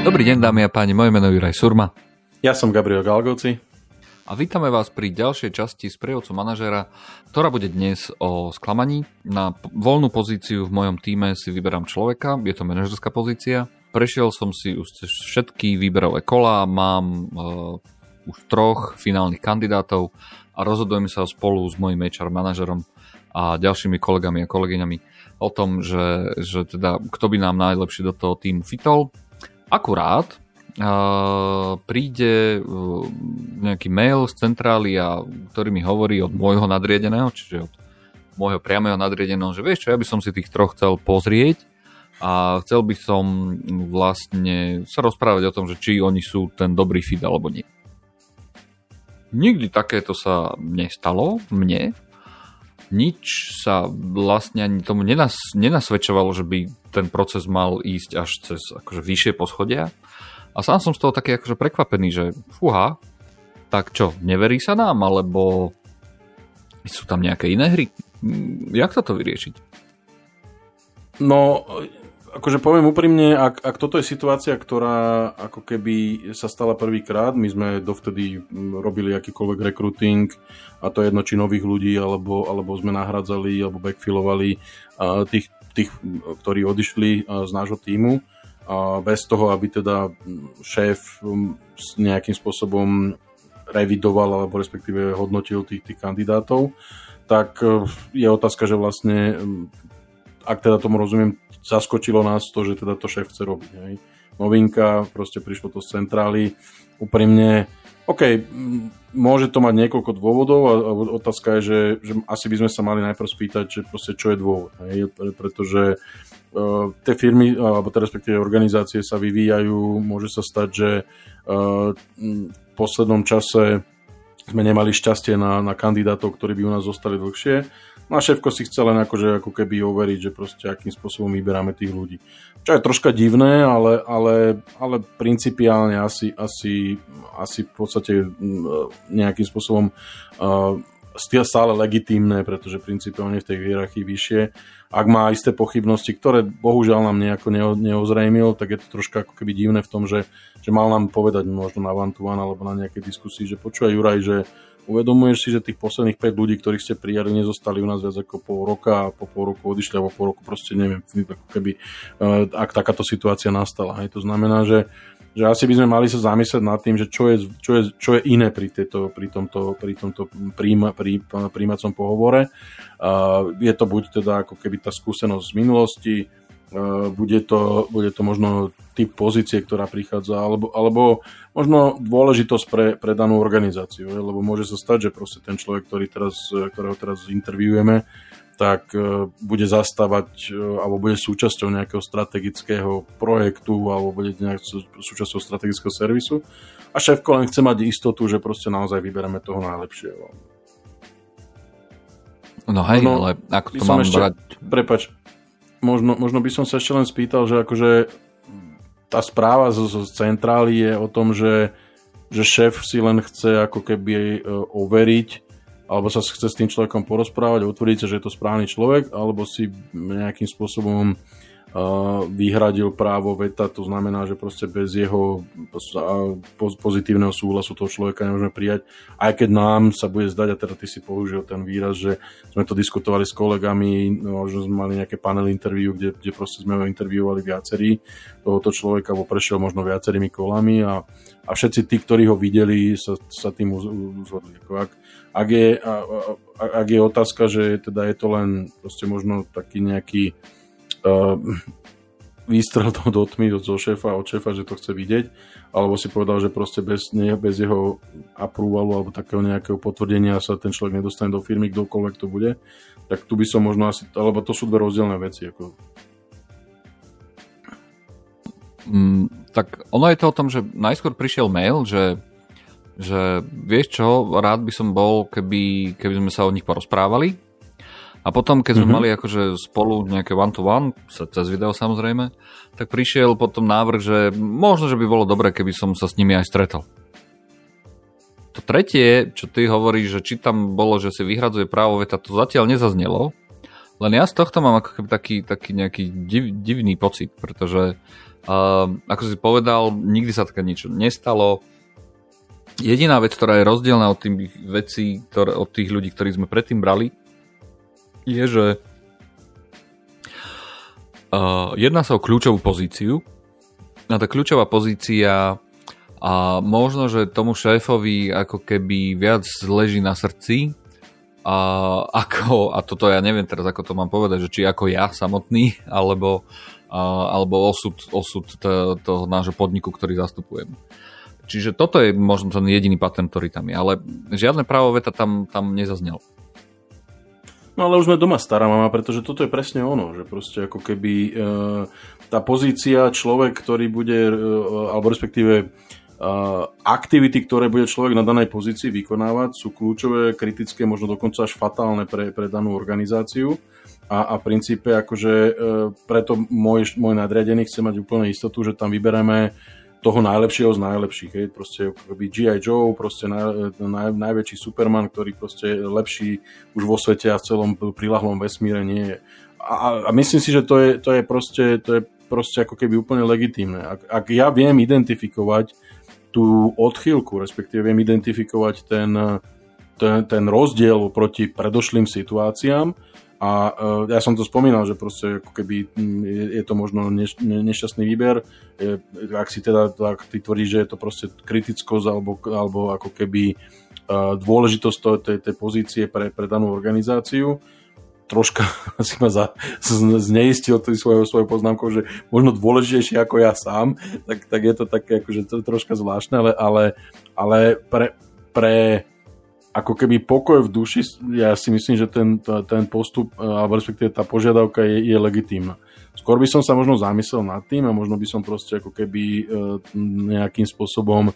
Dobrý deň, dámy a páni, moje meno je Juraj Surma. Ja som Gabriel Galgoci. A vítame vás pri ďalšej časti Sprievodcu manažéra, ktorá bude dnes o sklamaní. Na voľnú pozíciu v mojom týme si vyberám človeka, je to manažerská pozícia. Prešiel som si už všetky výberové kolá, mám už 3 finálnych kandidátov a rozhodujeme sa spolu s mojím HR manažerom a ďalšími kolegami a kolegyňami o tom, že teda kto by nám najlepšie do toho týmu fitol. Akurát príde nejaký mail z centrály, ktorý mi hovorí od môjho nadriedeného, čiže od môjho priameho nadriedeného, že vieš čo, ja by som si tých 3 chcel pozrieť a chcel by som vlastne sa rozprávať o tom, že či oni sú ten dobrý fit alebo nie. Nikdy takéto sa nestalo mne. Nič sa vlastne ani tomu nenasvedčovalo, že by ten proces mal ísť až cez akože vyššie poschodia. A sám som z toho taký akože prekvapený, že fúha, tak čo, neverí sa nám, alebo sú tam nejaké iné hry? Jak toto vyriešiť? No, akože poviem úprimne, ak toto je situácia, ktorá ako keby sa stala prvýkrát, my sme dovtedy robili akýkoľvek recruiting, a to jedno či nových ľudí, alebo sme nahradzali, alebo backfillovali tých, ktorí odišli z nášho tímu, bez toho, aby teda šéf nejakým spôsobom revidoval, alebo respektíve hodnotil tých kandidátov, tak je otázka, že vlastne, ak teda tomu rozumiem, zaskočilo nás to, že teda to šéf chce robiť. Hej. Novinka, proste prišlo to z centrály. Úprimne, OK, môže to mať niekoľko dôvodov a otázka je, že asi by sme sa mali najprv spýtať, že proste čo je dôvod. Hej. Pretože tie firmy, alebo respektíve organizácie sa vyvíjajú, môže sa stať, že v poslednom čase sme nemali šťastie na kandidátov, ktorí by u nás zostali dlhšie. No a šéfko si chce len ako keby overiť, že proste akým spôsobom vyberáme tých ľudí. Čo je troška divné, ale principiálne asi v podstate nejakým spôsobom stále legitímne, pretože principiálne v tej hierarchii vyššie. Ak má isté pochybnosti, ktoré bohužiaľ nám nejako neozrejmil, tak je to troška ako keby divné v tom, že mal nám povedať možno na one-to-one alebo na nejakej diskusii, že počúvaj Juraj, že uvedomuješ si, že tých posledných 5 ľudí, ktorých ste prijali, nezostali u nás viac ako pol roka a po pol roku odišli, alebo po roku proste neviem, ako keby, ak takáto situácia nastala. Hej. To znamená, že asi by sme mali sa zamyslieť nad tým, že čo je iné pri tomto príjmacom pohovore. Je to buď teda ako keby tá skúsenosť z minulosti, bude to možno typ pozície, ktorá prichádza, alebo možno dôležitosť pre danú organizáciu, lebo môže sa stať, že proste ten človek, ktorého teraz interviujeme, tak bude zastávať alebo bude súčasťou nejakého strategického projektu alebo bude súčasťou strategického servisu a šéfko len chce mať istotu, že proste naozaj vybereme toho najlepšieho. No hej, ale ako to mám brať? Prepáč, možno by som sa ešte len spýtal, že akože tá správa z centrály je o tom, že šéf si len chce ako keby overiť alebo sa chce s tým človekom porozprávať a utvrdiť sa, že je to správny človek, alebo si nejakým spôsobom vyhradil právo veta, to znamená, že proste bez jeho pozitívneho súhlasu toho človeka nemôžeme prijať, aj keď nám sa bude zdať, a teda ty si použil ten výraz, že sme to diskutovali s kolegami, že sme mali nejaké panel interview, kde proste sme ho interviewovali viacerí tohoto človeka, alebo prešiel možno viacerými kolami a všetci tí, ktorí ho videli, sa tým uzhodli. Ak je otázka, že teda je to len proste možno taký nejaký výstrel do tmy od šéfa, že to chce vidieť, alebo si povedal, že proste bez jeho approvalu alebo takého nejakého potvrdenia sa ten človek nedostane do firmy, kdokoľvek to bude, tak tu by som možno asi, alebo to sú 2 rozdielne veci. Tak ono je to o tom, že najskôr prišiel mail, že vieš čo, rád by som bol, keby sme sa o nich porozprávali. A potom, keď sme mali akože spolu nejaké one-to-one, cez video samozrejme, tak prišiel potom návrh, že možno, že by bolo dobré, keby som sa s nimi aj stretol. To tretie, čo ty hovoríš, že či tam bolo, že si vyhradzuje právo veta, to zatiaľ nezaznelo, Len ja z tohto mám ako keby taký nejaký divný pocit, pretože ako si povedal, nikdy sa také nič nestalo. Jediná vec, ktorá je rozdielna od tých vecí, od tých ľudí, ktorí sme predtým brali, je, že jedná sa o kľúčovú pozíciu. A tá kľúčová pozícia a možno, že tomu šéfovi ako keby viac leží na srdci, a toto ja neviem teraz, ako to mám povedať, že či ako ja samotný, alebo osud toho nášho podniku, ktorý zastupujem. Čiže toto je možno ten jediný patent, ktorý tam je, ale žiadne právoveta tam nezaznelo. No ale už sme doma stará mama, pretože toto je presne ono, že proste ako keby tá pozícia človek, ktorý bude, alebo respektíve aktivity, ktoré bude človek na danej pozícii vykonávať, sú kľúčové, kritické, možno dokonca až fatálne pre danú organizáciu a v princípe akože preto môj nadriadený chce mať úplne istotu, že tam vybereme toho najlepšieho z najlepších. Hej. Proste G.I. Joe, proste najväčší Superman, ktorý proste je lepší už vo svete a v celom prilahlom vesmíre nie je. A myslím si, že to je proste ako keby úplne legitímne. Ak ja viem identifikovať tú odchýlku, respektíve viem identifikovať ten rozdiel proti predošlým situáciám a ja som to spomínal, že proste ako keby je to možno nešťastný výber, ak ty tvrdíš, že je to proste kritickosť alebo ako keby dôležitosť tej pozície pre danú organizáciu, troška si ma zneistil svojou poznámkou, že možno dôležitejšie ako ja sám, tak je to také akože to troška zvláštne, ale pre ako keby pokoj v duši, ja si myslím, že ten postup, alebo respektíve tá požiadavka je legitímna. Skôr by som sa možno zamyslel nad tým a možno by som proste ako keby nejakým spôsobom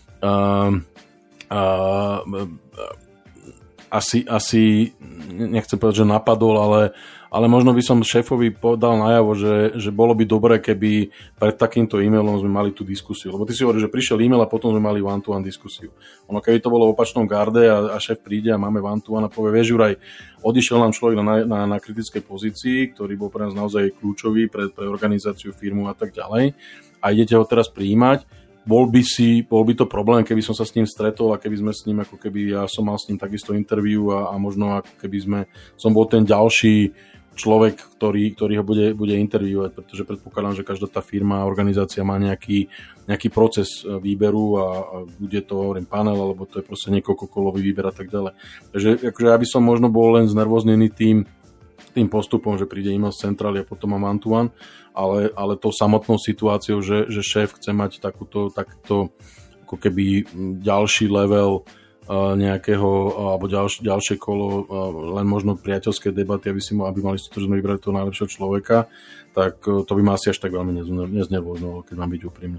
asi nechcem povedať, že napadol, ale možno by som šéfovi podal najavo, že bolo by dobré, keby pred takýmto e-mailom sme mali tú diskusiu. Lebo ty si hovoríš, že prišiel e-mail a potom sme mali one-to-one diskusiu. Ono, keby to bolo v opačnom garde a šéf príde a máme one-to-one a povie, vieš Juraj, odišiel nám človek na kritickej pozícii, ktorý bol pre nás naozaj kľúčový pre organizáciu, firmu a tak ďalej a idete ho teraz prijímať. Bol by to problém, keby som sa s ním stretol a keby sme s ním, ako keby ja som mal s ním takisto interview a možno ako keby som bol ten ďalší človek, ktorý ho bude interviewovať, pretože predpokladám, že každá tá firma a organizácia má nejaký proces výberu a bude to, hovorím, panel, alebo to je proste niekoľkokolový výber a tak ďalej. Takže akože ja by som možno bol len znervoznený tým postupom, že príde e-mail z centrály a potom mám one-to-one, ale tou samotnou situáciou, že šéf chce mať takto ako keby ďalší level nejakého, alebo ďalšie kolo, len možno priateľské debaty, aby mali to, že sme vybrali toho najlepšieho človeka, tak to by ma asi až tak veľmi neznervoznovalo, keď mám byť úprimný.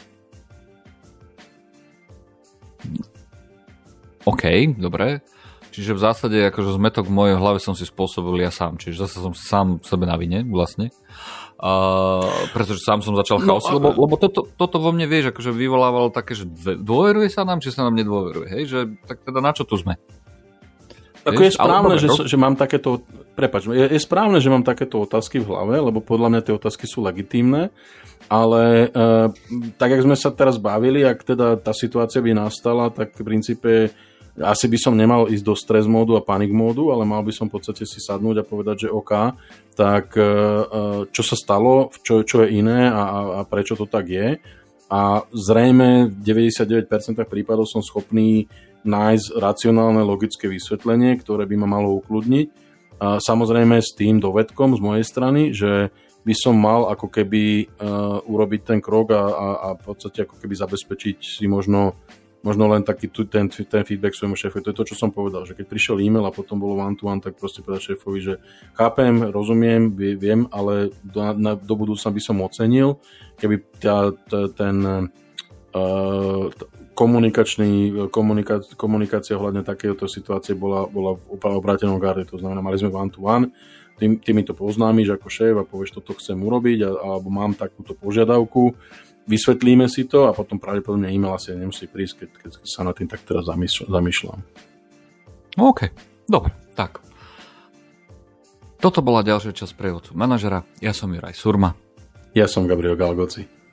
OK, dobre. Čiže v zásade akože zmetok v mojej hlave som si spôsobil ja sám. Čiže zase som sám sebe na vine vlastne. Pretože sám som začal chaosiť, lebo toto vo mne, vieš, akože vyvolávalo také, že dôveruje sa nám, či sa nám nedôveruje. Hej? Že, tak teda na čo tu sme? Ako je správne, že mám takéto... Prepáč, je správne, že mám takéto otázky v hlave, lebo podľa mňa tie otázky sú legitímne, ale tak, jak sme sa teraz bavili, ak teda tá situácia by nastala, tak v princípe asi by som nemal ísť do stres módu a panik módu, ale mal by som v podstate si sadnúť a povedať, že OK, tak čo sa stalo, čo je iné a prečo to tak je. A zrejme v 99% prípadov som schopný nájsť racionálne logické vysvetlenie, ktoré by ma malo ukludniť. A samozrejme s tým dovedkom z mojej strany, že by som mal ako keby urobiť ten krok a v podstate ako keby zabezpečiť si možno len taký ten feedback svojmu šéfovi. To je to, čo som povedal, že keď prišiel e-mail a potom bolo one-to-one, tak proste povedal šéfovi, že chápem, rozumiem, viem, ale do budúcna by som ocenil, keby ten komunikácia ohľadne takéto situácie bola v obrátenom garde. To znamená, mali sme one-to-one, ty mi to poznámiš ako šéf a povieš, toto chcem urobiť alebo mám takúto požiadavku, vysvetlíme si to a potom pravdepodobne e-mail asi nemusí prísť, keď sa na tým tak teraz zamýšľam. OK, dobre, tak. Toto bola ďalšia časť Prievodcu manažera. Ja som Juraj Surma. Ja som Gabriel Galgoci.